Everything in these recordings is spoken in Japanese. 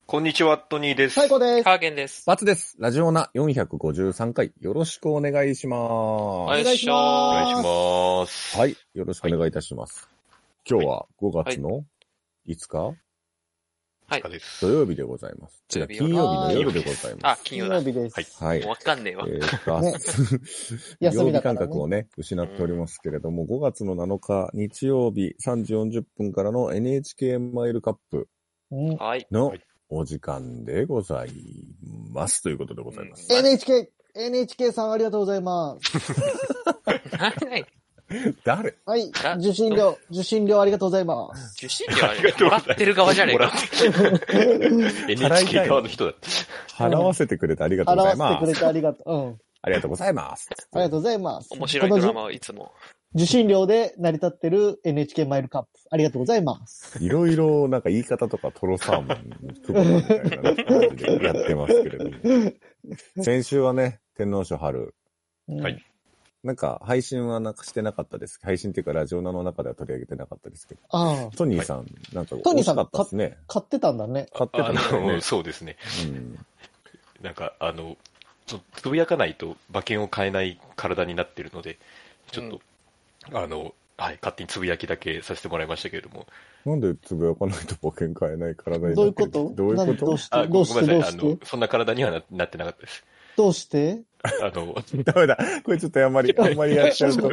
こんにちは、トニーです。 最高です。 ハーゲンです。 バツです。ラジオナ453回、よろしくお願いします。お願いします。 お願いします。 はい、よろしくお願いいたします。今日は5月の5日、 はい、 です土曜日でございます。金曜日の夜でございます。 金曜日です。 はい。 もうわかんねえわ。 ね、 曜日感覚をね、失っておりますけれども、5月の7日日曜日3時40分からの NHK マイルカップのお時間でございます。ということでございます。 NHK さんありがとうございます。 誰？ はい。受信料ありがとうございます。 受信料ありがとうございます。もらってる側じゃねえか。 NHK 側の人だ。 払わせてくれてありがとうございます。 払わせてくれてありがとう。うん。 ありがとうございます。 ありがとうございます。 面白いドラマはいつも。 受信料で成り立ってる NHK マイルカップ。ありがとうございます。 いろいろなんか言い方とかトロサーモン、クボみたいな感じでやってますけれども。先週はね、天皇賞春。 はい。 なんか配信はなんかしてなかったです。配信っていうかラジオナの中では取り上げてなかったですけど。トニーさん、なんか惜しかったですね。 買ってたんだね。 買ってたんだね。 そうですね。なんかつぶやかないと馬券を買えない体になってるので、ちょっと、はい、勝手につぶやきだけさせてもらいましたけれども。 なんでつぶやかないと馬券買えない体になってる？ どういうことどういうこと？ どうしてそんな体にはなってなかったです。 どうしてダメだ。これちょっとあんまりやっちゃうと。 危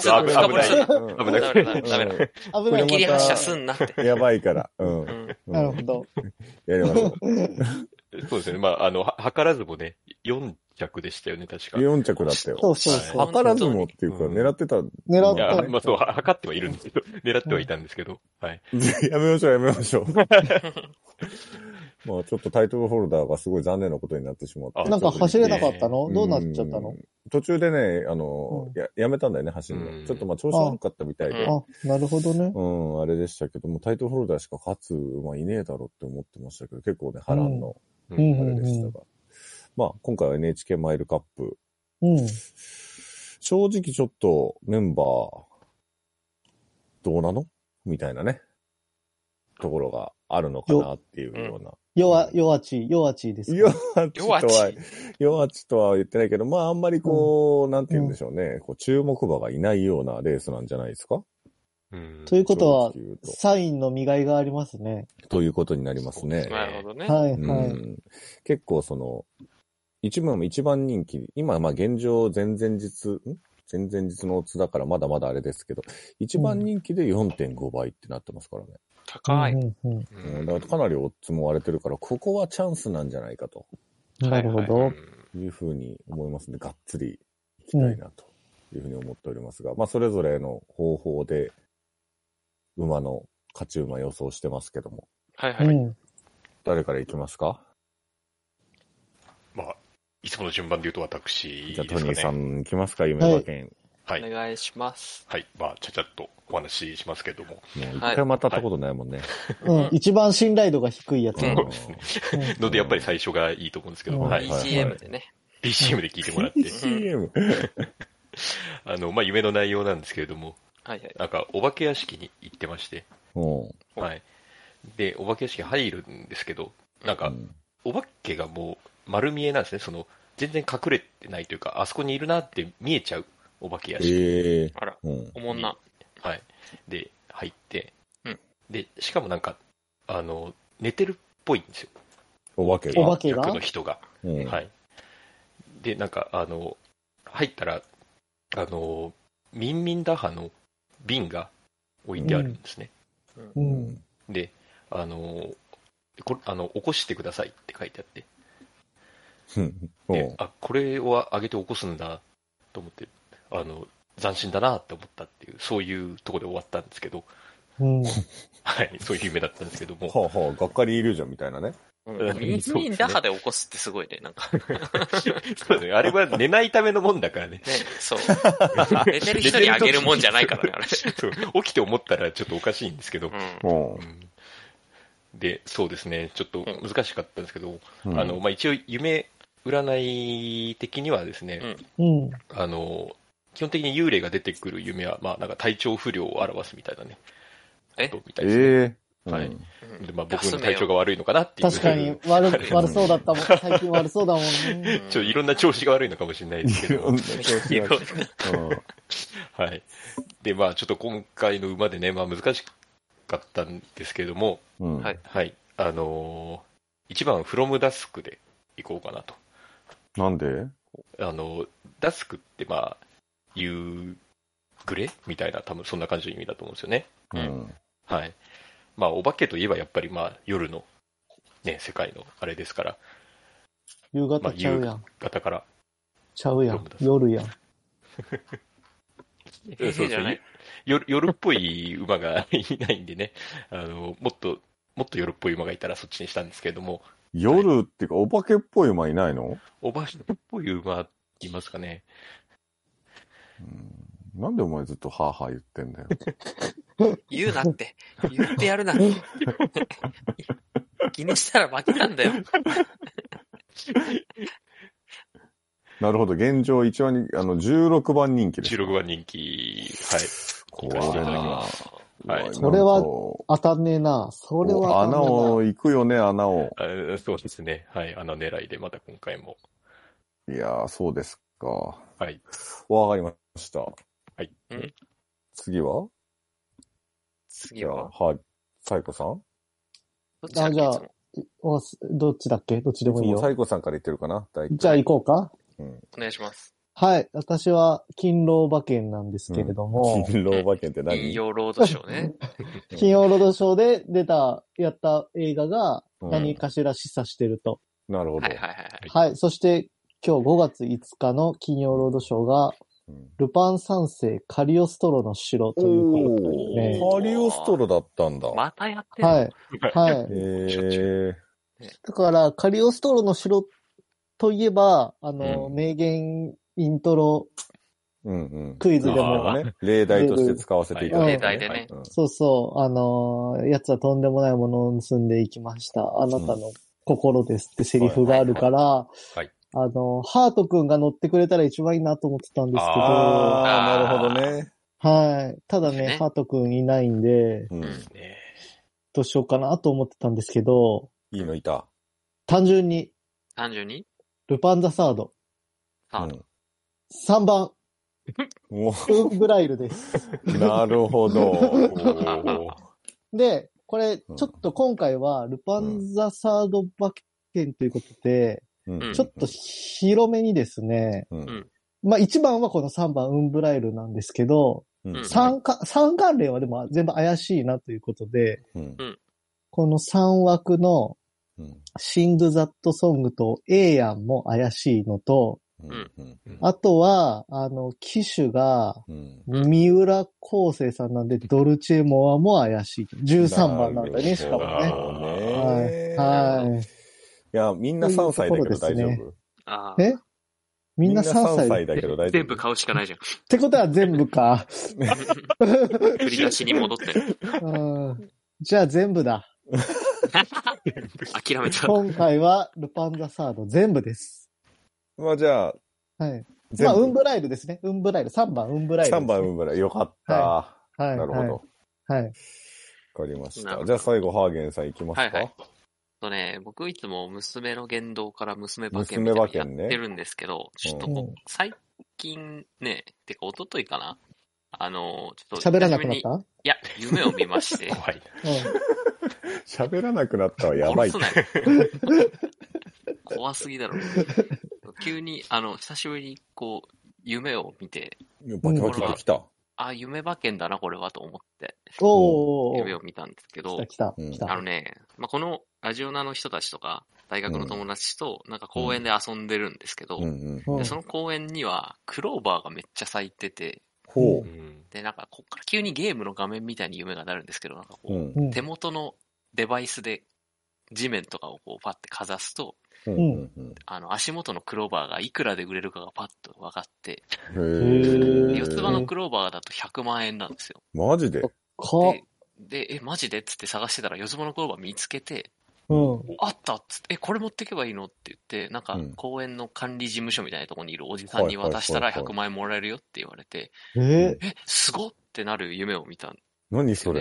ない。 切り発射すんなって。 やばいから。 なるほど。 やりましょう。 そうですね。まあ、図らずもね、4着でしたよね、確か。 4着だったよ。 そうそうそう。 図らずもっていうか、狙ってた。 いや、まあそう、測ってはいるんですけど、狙ってはいたんですけど、はい。 やめましょう。まあちょっとタイトルホルダーがすごい残念なことになってしまって。 なんか走れなかったの？どうなっちゃったの？ 途中でね、やめたんだよね、走るの。ちょっとまあ調子悪かったみたいで。 なるほどね。 あれでしたけども、タイトルホルダーしか勝つ、まあいねえだろって思ってましたけど、結構ね、波乱の、あれでしたが。まあ今回は NHK マイルカップ。正直ちょっとメンバー、どうなのみたいなね、ところがあるのかなっていうような。弱ちですか？ 弱ちとは言ってないけど、まああんまりこう、なんて言うんでしょうね、こう注目馬がいないようなレースなんじゃないですか？ ということは、サインの磨いがありますね。 ということになりますね。 なるほどね。 はいはい。 結構一番人気、今まあ現状前々日のオッズだからまだまだあれですけど、一番人気で 4.5 倍ってなってますからね。 高い。 だからかなりオッズも割れてるから、ここはチャンスなんじゃないかと。 なるほど。 いうふうに思いますので、がっつりいきたいなというふうに思っておりますが、まあそれぞれの方法で馬の勝ち馬予想してますけども。 はいはい。 誰からいきますか？ まあ、いつもの順番で言うと私ですかね。 じゃあトニーさんいきますか、夢馬券。 はい。 お願いします。 はい。まあ、ちゃちゃっとお話ししますけども。もう一回も当たったことないもんね。 一番信頼度が低いやつ。 そうですね。ので、やっぱり最初がいいと思うんですけども。 はい。BGM でね。 BGM で聞いてもらって。 BGM？ まあ、夢の内容なんですけれども。 はいはい。 なんか、お化け屋敷に行ってまして。はい。で、お化け屋敷入るんですけど、なんか、お化けがもう丸見えなんですね。全然隠れてないというか、あそこにいるなって見えちゃうお化け屋敷。 あら、おもんな。 はい。で、入って、で、しかもなんか、寝てるっぽいんですよ。 お化けが役の人が。はい。で、なんか、入ったら、ミンミン打破の瓶が置いてあるんですね。で、起こしてくださいって書いてあって。で、これを上げて起こすんだと思って、斬新だなって思ったっていう、そういうところで終わったんですけど、はい、そういう夢だったんですけども。 がっかりイリュージョンみたいなね。 ミンミン打破で起こすってすごいね、なんか。 そうね、あれは寝ないためのもんだからね。 そう。寝てる人にあげるもんじゃないからね、あれ。 そう、起きて思ったらちょっとおかしいんですけど。で、そうですね、ちょっと難しかったんですけど、まあ、一応夢占い的にはですね、基本的に幽霊が出てくる夢は、まあ、なんか体調不良を表すみたいなね。みたいですね。 はい。でまあ、僕の体調が悪いのかなっていう。 確かに悪そうだったもん。最近悪そうだもんね。 いろんな調子が悪いのかもしれないですけど。はい。で、まあ、ちょっと今回の馬でね、まあ、難しかったんですけれども、はい。はい。1番、フロムダスクで行こうかなと。 なんでダスクって、まあ、夕暮れみたいな、多分そんな感じの意味だと思うんですよね。はい。まあ、お化けといえばやっぱりまあ、夜の、ね、世界のあれですから。 夕方ちゃうやん。 夕方から。 ちゃうやん。夜やん。 そうそう。夜っぽい馬がいないんでね。もっと夜っぽい馬がいたらそっちにしたんですけれども。 夜っていうか、お化けっぽい馬いないの？ お化けっぽい馬いますかね。 なんでお前ずっとハーハー言ってんだよ。 言うなって。言ってやるな。気にしたら負けたんだよ。 なるほど。現状一番に、16番人気です。 16番人気。はい。 これな。 はい。それは当たんねえな。それは穴を行くよね、穴を。 そうですね。はい。穴狙いでまた今回も。 いやー、そうですか。 はい。 わかりました。 はい。 次は、はい。サイコさん？ じゃあ、どっちだっけ？どっちでもいいよ。 サイコさんから言ってるかな？ じゃあ行こうか。 お願いします。 はい。私は、勤労馬券なんですけれども。 勤労馬券って何？ 金曜ロードショーね。 金曜ロードショーでやった映画が何かしら示唆してると。 なるほど。 はい。そして、今日5月5日の金曜ロードショーが、ルパン三世カリオストロの城ということでね。 カリオストロだったんだ。 またやってるの？ はい。はい。だから、カリオストロの城といえば、名言イントロクイズでも、 例題として使わせていただいて、 例題でね。 そうそう、奴はとんでもないものを盗んでいきました。あなたの心ですってセリフがあるから、ハートくんが乗ってくれたら一番いいなと思ってたんですけど。 なるほどね。 はい。ただね、ハートくんいないんで、どうしようかなと思ってたんですけど。 いいのいた。 単純にルパンザサード。3番。ウンブライルです。 なるほど。 で、これ、ちょっと今回は、ルパンザサード馬券ということで、ちょっと広めにですね、まあ1番はこの3番ウンブライルなんですけど、3関連はでも全部怪しいなということで、この3枠のシングザットソングとエーヤンも怪しいのと、あとは、騎手が、三浦康生さんなんで、ドルチェモアも怪しい。13番なんだね、しかもね。はい。 いや、みんな3歳だけど大丈夫？ みんな3 歳だけど大丈夫？ 全部買うしかないじゃん。 ってことは全部か。 振り出しに戻って。 じゃあ全部だ。 諦めた。 今回は、ルパンザサード全部です。 まあじゃあ、 はい。まあ、ウンブライルですね。ウンブライル。3番ウンブライル、 3番ウンブライル。よかった。はい。なるほど。 はい。 わかりました。じゃあ最後、ハーゲンさんいきますか？ 僕いつも娘の言動から娘馬券みたいなのやってるんですけど、ちょっと最近ね、てか一昨日かな？ちょっと。 喋らなくなった？ いや、夢を見まして。 怖い。 喋らなくなったはやばい。 怖すぎだろ。急に、久しぶりにこう、夢を見て。 バキバキと来た。 夢馬券だな、これはと思って。夢を見たんですけど。 来た。 まあ、このラジオナの人たちとか、大学の友達と、なんか公園で遊んでるんですけど、でその公園には、クローバーがめっちゃ咲いてて、で、なんか、こっから急にゲームの画面みたいに夢がなるんですけど、なんかこう、手元のデバイスで地面とかをこうパッてかざすと、足元のクローバーがいくらで売れるかがパッと分かって、四つ葉のクローバーだと100万円なんですよ。 マジで？ で、マジでっつって探してたら四つ葉のクローバー見つけて、あったっつって、これ持ってけばいいのって言って、なんか公園の管理事務所みたいなところにいるおじさんに渡したら100万円もらえるよって言われて、すごってなる夢を見たんですよね。 何それ？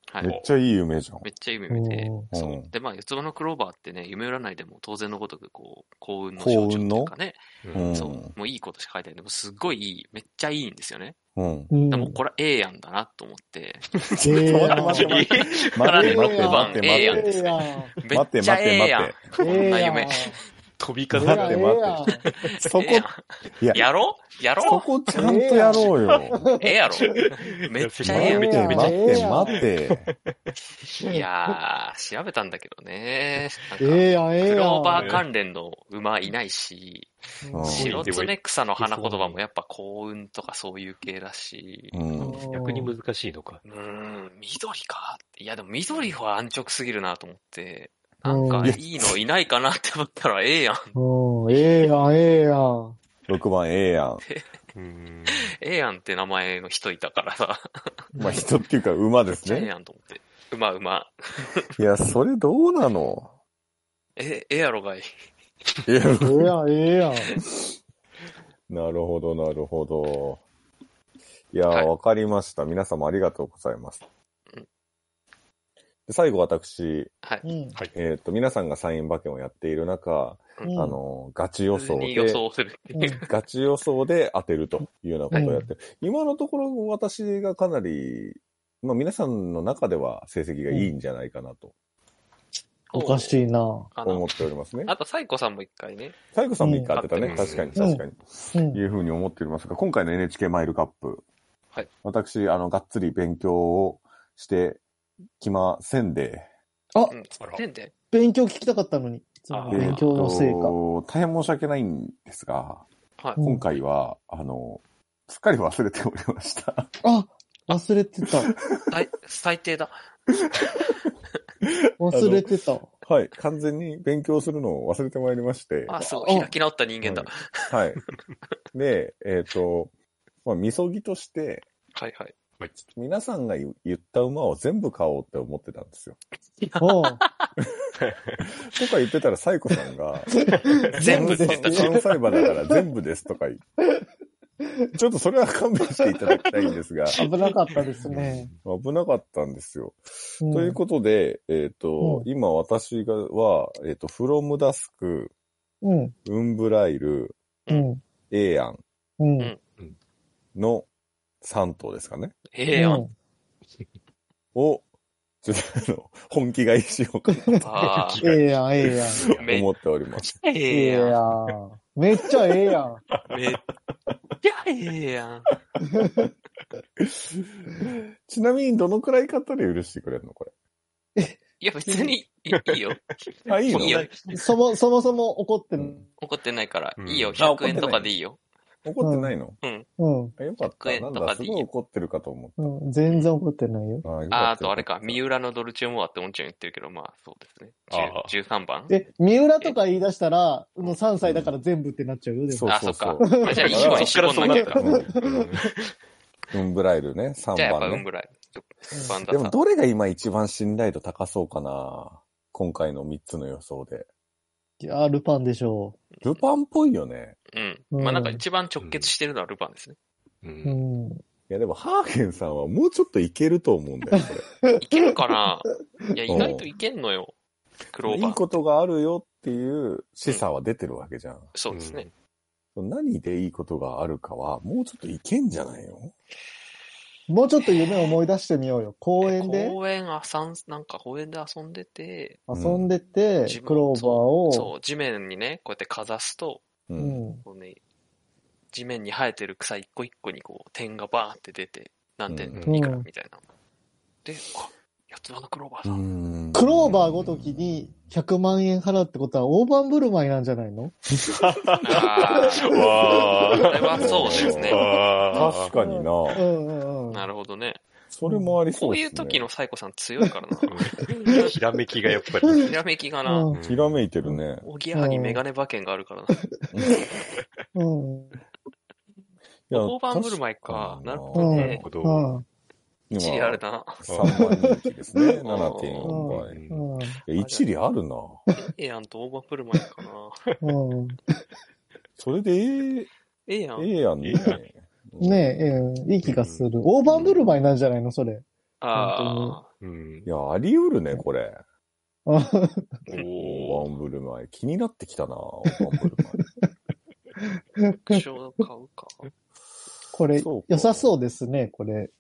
はい。 めっちゃいい夢じゃん。 めっちゃいい夢で、そう。で、まあ、四つ葉のクローバーってね、夢占いでも当然のごとく、こう、幸運の象徴というかね。そう。もういいことしか書いてない。でもすっごいいい、めっちゃいいんですよね。でもこれええやんだなと思って。 待って待ってええやんですね。めっちゃええやん。こんな夢。 飛び方が。待って。そこ、 やろそこちゃんとやろうよ。 ええやろめっちゃええやん。 待って。 いやー、調べたんだけどね。クローバー関連の馬いないし、白爪草の花言葉もやっぱ幸運とかそういう系だし。 逆に難しいのか。 緑かいやでも緑は安直すぎるなと思って。なんか、いいのいないかなって思ったら、ええやん。 ええやん、ええやん。 6番、ええやん。 ええやんって名前の人いたからさ。 まあ、人っていうか、馬ですね。 ええやんと思って。馬。 いや、それどうなの？ ええやろがいい。 ええやん、ええやん。 なるほど、なるほど。いや、わかりました。皆様ありがとうございます。最後私、皆さんがサイン馬券をやっている中、ガチ予想で、ガチ予想で当てるというようなことをやって、今のところ私がかなり、まあ皆さんの中では成績がいいんじゃないかなと。 おかしいな思っておりますね。 あと、サイコさんも一回ね。 サイコさんも一回当てたね。確かに。いうふうに思っておりますが、今回の NHK マイルカップ、私、がっつり勉強をしてきませんで。 勉強聞きたかったのに。勉強の成果。 大変申し訳ないんですが、今回は、すっかり忘れておりました。 忘れてた。 最低だ。 忘れてた。 はい。完全に勉強するのを忘れてまいりまして。 すごい。開き直った人間だ。 はい。で、まあ、みそぎとして、皆さんが言った馬を全部買おうって思ってたんですよ。とか言ってたら、サイコさんが、 全部です。 関西馬だから全部ですとか言って、ちょっとそれは勘弁していただきたいんですが。 危なかったですね。 危なかったんですよ。ということで、今私は、フロムダスク、ウンブライル、エイアンの3頭ですかね。 エイアンを、ちょっと本気買いしようかなと。 ええやん。 思っております。 ええやん。めっちゃええやん。 めっちゃええやん。 ちなみにどのくらい買ったら許してくれるのこれ。 いや別にいいよ。 いいの？ いいよ。 そもそも怒ってないから、いいよ。100円とかでいいよ。 怒ってないの？ うん。 よかった。なんだ、すごい怒ってるかと思った。 全然怒ってないよ。 あとあれか、三浦のドルチェモアっておんちゃん言ってるけど、まあそうですね。13番。 三浦とか言い出したら、もう3歳だから全部ってなっちゃうよ、でも。 そっか。じゃあ一個に絞んなきゃか。 ウンブライルね、3番ね。 じゃあやっぱウンブライル。 でもどれが今一番信頼度高そうかな？今回の3つの予想で。 いやルパンでしょう。ルパンっぽいよね。 まあなんか一番直結してるのはルパンですね。 いやでもハーゲンさんはもうちょっといけると思うんだよ、 これ。いけるかないや、意外といけんのよ。クローバー。 いいことがあるよっていう示唆は出てるわけじゃん。 そうですね。 何でいいことがあるかは、もうちょっといけんじゃないの？ もうちょっと夢を思い出してみようよ。公園でなんか公園で遊んでて、 クローバーを。 そう、地面にね、こうやってかざすと、こうね、地面に生えてる草一個一個にこう、点がバーンって出て、何点いくらみたいな。で、四つ葉のクローバーだ。 クローバーごときに100万円払うってことは大盤振る舞いなんじゃないの？ それはそうですね。 確かにな。 なるほどね。 それもありそうですね。 こういう時のサイコさん強いからな。 ひらめきがやっぱり。 ひらめきがな。 ひらめいてるね。 おぎやはぎメガネ馬券があるからな。大盤振る舞いか。なるほどね。一理あるな。 3番人気ですね。7.4 倍。一理あるな。 ええやんと大盤振る舞いかな。 それでええやん。 ええやんね。 ねえ、いい気がする。大盤振る舞いなんじゃないのそれ。 いや、あり得るね、これ。大盤振る舞い。気になってきたな、大盤振る舞い。副賞買うか。 これ、良さそうですね、これ。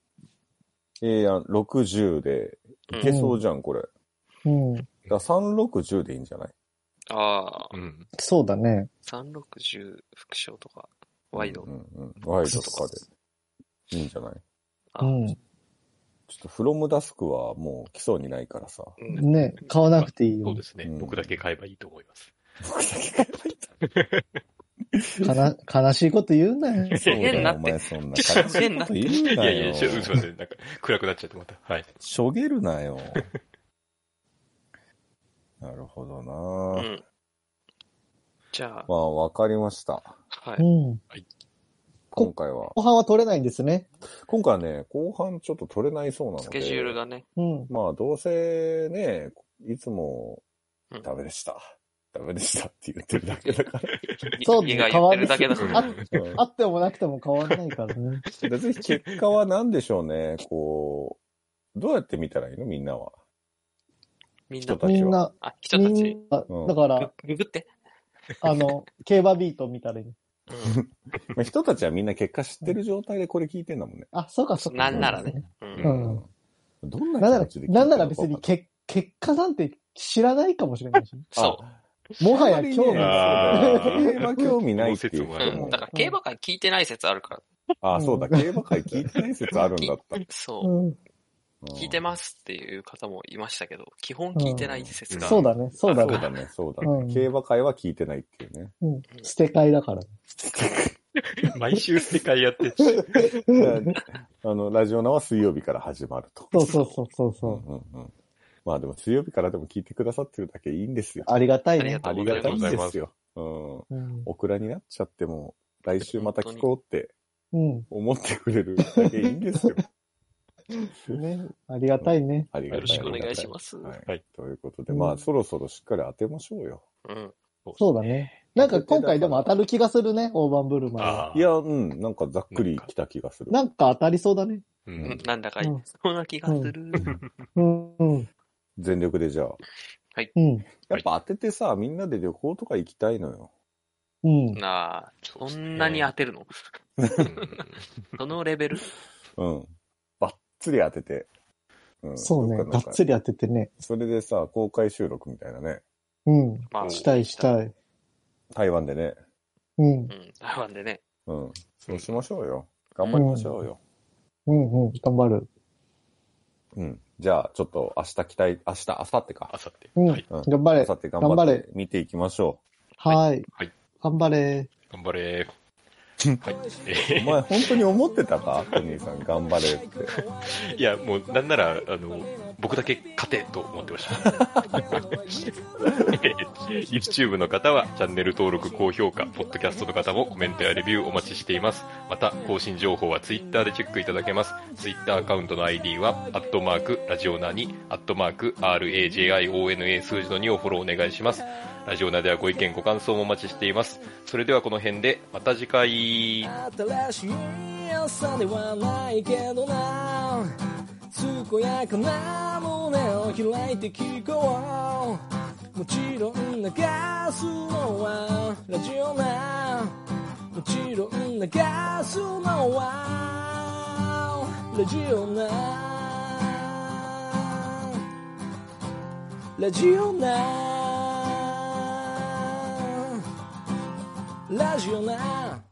60で、いけそうじゃん、これ。 うん。 だ360でいいんじゃない？ ああ。 そうだね。 360副賞とか、ワイド。 ワイドとかで。いいんじゃない？ うん。 ちょっとフロムダスクはもう基礎にないからさ。 ね、買わなくていいよ。 そうですね。僕だけ買えばいいと思います。 僕だけ買えばいいと。悲しいこと言うなよ。 そうだよ、お前そんな悲しいこと言うなよ。 いや、すいません。なんか、暗くなっちゃってまた。はい。 しょげるなよ。なるほどな、 じゃあ。 まあ、わかりました。 はい。 はい。 今回は。 後半は取れないんですね。 今回はね、後半ちょっと取れないそうなので。 スケジュールがね。 まあ、どうせね、いつも、ダメでした。ダメでしたって言ってるだけだから。 そうね、変わるだけだから。 あってもなくても変わらないからね。 別に結果は何でしょうね。こう、どうやって見たらいいのみんなは。 人たちは。 人たち。 だから、 ググって。 競馬ビート見たらいい。 人たちはみんな結果知ってる状態でこれ聞いてんだもんね。 あ、そうか、そうか。 なんならね。 どんな気持ちで聞いてるの？ なんなら別に結果なんて知らないかもしれないし。 そう。 もはや興味ない。 競馬興味ないっていう説も。だから競馬会聞いてない説あるから。 あ、そうだ、競馬会聞いてない説あるんだった。 そう。聞いてますっていう方もいましたけど、基本聞いてない説が。 そうだね、そうだね。競馬会は聞いてないっていうね。 捨て会だから。 毎週捨て会やって。 ラジオナは水曜日から始まると。 そう。 まあでも水曜日からでも聞いてくださってるだけいいんですよ。 ありがたいね。 ありがたいんですよ。オクラになっちゃっても、来週また聞こうって思ってくれるだけいいんですよ。 ね、ありがたいね。 よろしくお願いします。 はい。ということで、まあそろそろしっかり当てましょうよ。 そうだね。なんか今回でも当たる気がするね、大盤振る舞いは。 いや、なんかざっくり来た気がする。 なんか当たりそうだね。 なんだかそんな気がする。 全力でじゃあ。 はい。 やっぱ当ててさ、みんなで旅行とか行きたいのよ。 そんなに当てるの？そのレベル？ ばっつり当てて。 そうね、ばっつり当ててね。 それでさ、公開収録みたいなね。 したい。 台湾でね。 台湾でね。 そうしましょうよ。頑張りましょうよ。 頑張る。 じゃあ、ちょっと明日、明後日か。 明後日。 頑張れ。 明後日頑張って見ていきましょう。はい。頑張れ。 頑張れ。 はい。お前本当に思ってたかトニーさん、頑張れって。 いや、もうなんなら、僕だけ勝てと思ってました。YouTube の方はチャンネル登録、高評価、ポッドキャストの方もコメントやレビューお待ちしています。また、更新情報は Twitter でチェックいただけます。Twitter アカウントの ID は、ラジオナに、RAJIONA 数字の2をフォローお願いします。ラジオナではご意見ご感想もお待ちしています。それではこの辺でまた次回。新しい朝ではないけどな、健やかな胸を開いて聞こう。もちろん流すのはラジオナ、もちろん流すのはラジオナ、ラジオナ、ラジオナ。